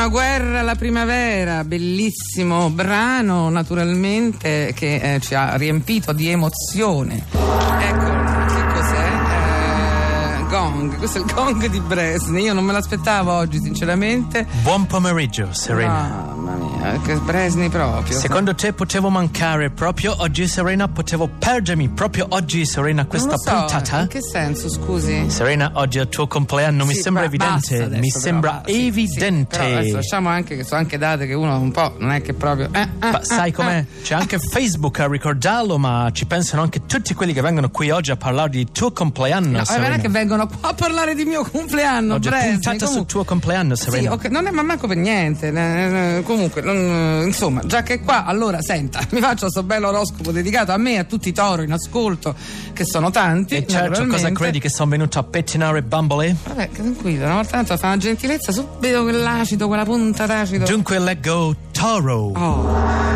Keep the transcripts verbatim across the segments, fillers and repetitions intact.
la guerra alla primavera, bellissimo brano naturalmente che eh, ci ha riempito di emozione. Ecco, che cos'è? Eh, gong, questo è il gong di Bresni, io non me l'aspettavo oggi sinceramente. Buon pomeriggio Serena. Mamma mia, che Bresni proprio. Secondo te potevo mancare proprio oggi Serena? Potevo perdermi proprio oggi Serena questa non lo so, puntata? In che senso, scusi? Serena, oggi è il tuo compleanno, Sì, mi sembra ma evidente, adesso, mi però, sembra va, sì, evidente. Sì, però adesso lasciamo anche che sono anche date che uno un po' non è che proprio eh, eh, Ma sai com'è? eh. C'è anche Facebook a ricordarlo, ma ci pensano anche tutti quelli che vengono qui oggi a parlare di tuo compleanno, No, Serena. non è che vengono qua a parlare di mio compleanno. Oggi è Bresni, puntata comunque... sul tuo compleanno, Serena. Sì, okay, non è ma manco per niente. Eh, comunque, non, insomma, già che qua, allora senta, mi faccio sto bello oroscopo dedicato a me e a tutti i toro in ascolto, che sono tanti. E certo, cosa credi che sono venuto a pettinare bambole? Vabbè, tranquillo, una volta tanto fa una gentilezza, subito quell'acido, quella punta d'acido. Dunque leggo Toro. Oh.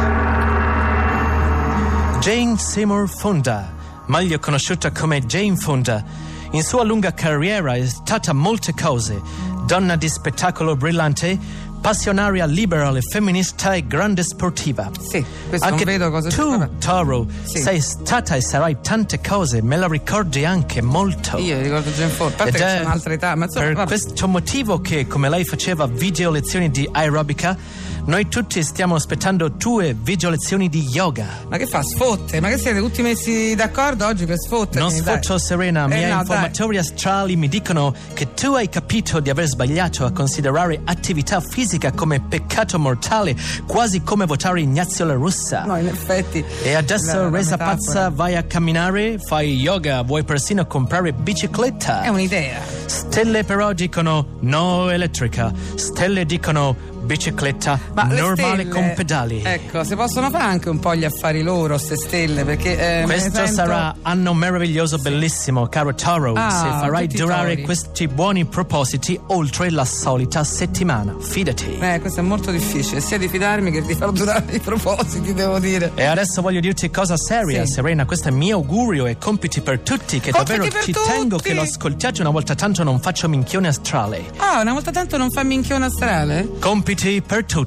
Jane Seymour Fonda, meglio conosciuta come Jane Fonda, in sua lunga carriera è stata molte cose: donna di spettacolo brillante, passionaria liberale, femminista e grande sportiva. Sì, questo anche non vedo cosa c'è. tu, Vabbè. Toro, Sì. sei stata e sarai tante cose, me la ricordi anche molto. Io ricordo Jane Fonda, a parte Ed che è c'è un'altra età, ma insomma, per vabbè. questo motivo che, come lei faceva video lezioni di aerobica, noi tutti stiamo aspettando tue video lezioni di yoga. Ma che fa? Sfotte? Ma che siete tutti messi d'accordo oggi per sfottermi? Non sfotto, Serena, i Eh, miei no, informatori astrali mi dicono che tu hai capito di aver sbagliato a considerare attività fisica come peccato mortale, quasi come votare Ignazio La Russa. No, in effetti. E adesso, la- la resa metafora. pazza, vai a camminare, fai yoga, vuoi persino comprare bicicletta. È un'idea. Stelle però dicono no elettrica, stelle dicono bicicletta Ma le normale stelle, con pedali. Ecco, si possono fare anche un po' gli affari loro, ste stelle, perché eh, me ne Questo sento- sarà anno meraviglioso, bellissimo, caro Toro, Ah, se farai tutti durare tori. questi buoni propositi oltre la solita settimana, fidati. Eh, questo è molto difficile, sia di fidarmi che di far durare i propositi, devo dire. E adesso voglio dirti cosa seria, Sì. Serena, questo è mio augurio e compiti per tutti, che Compiti davvero per ci tutti! tengo che lo ascoltiate una volta tanto, non faccio minchione astrale. Ah, una volta tanto non fa minchione astrale? Compiti per tutti.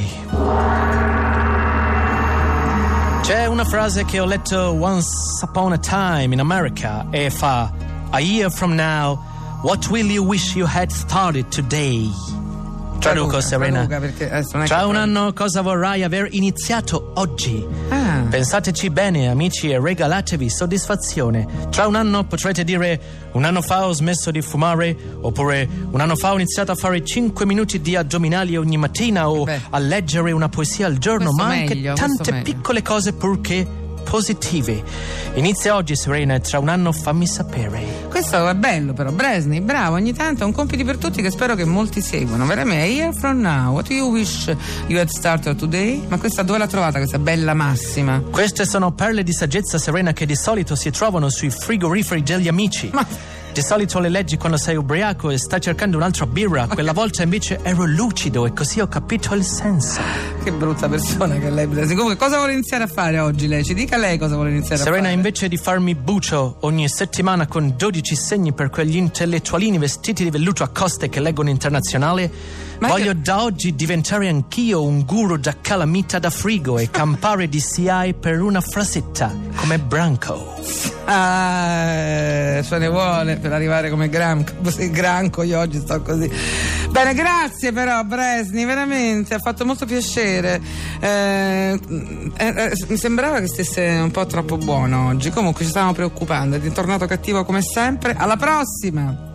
C'è una frase che ho letto once upon a time in America e fa: a year from now, what will you wish you had started today? Traduco, Traduca, Serena. traduca, perché adesso non è Tra che un proprio- anno cosa vorrai aver iniziato oggi? Ah. Pensateci bene, amici, e regalatevi soddisfazione. Tra un anno potrete dire: un anno fa ho smesso di fumare, oppure un anno fa ho iniziato a fare cinque minuti di addominali ogni mattina, o Beh. a leggere una poesia al giorno, Questo ma meglio, anche questo tante meglio. piccole cose purché positive. Inizia oggi, Serena, e tra un anno fammi sapere. Questo è bello però, Bresni, bravo, ogni tanto è un compito per tutti che spero che molti seguano. Veramente, a year from now, what do you wish you had started today? Ma questa dove l'ha trovata, questa bella massima? Queste sono perle di saggezza, Serena, che di solito si trovano sui frigoriferi degli amici. Ma- Di solito le leggi quando sei ubriaco e stai cercando un'altra birra. Quella volta invece ero lucido e così ho capito il senso. Che brutta persona che è lei, Bresni. Comunque, cosa vuole iniziare a fare oggi lei? Ci dica lei cosa vuole iniziare a Serena, fare. invece di farmi bucio ogni settimana con dodici segni per quegli intellettualini vestiti di velluto a coste che leggono internazionale, Ma voglio che- da oggi diventare anch'io un guru da calamita da frigo e campare di C I per una frasetta come Branco. Ah, ce ne vuole per arrivare come Granco, così Granco, io oggi sto così. Bene, grazie però Bresni, veramente, ha fatto molto piacere. Eh, eh, eh, mi sembrava che stesse un po' troppo buono oggi, comunque ci stavamo preoccupando, è tornato cattivo come sempre. Alla prossima!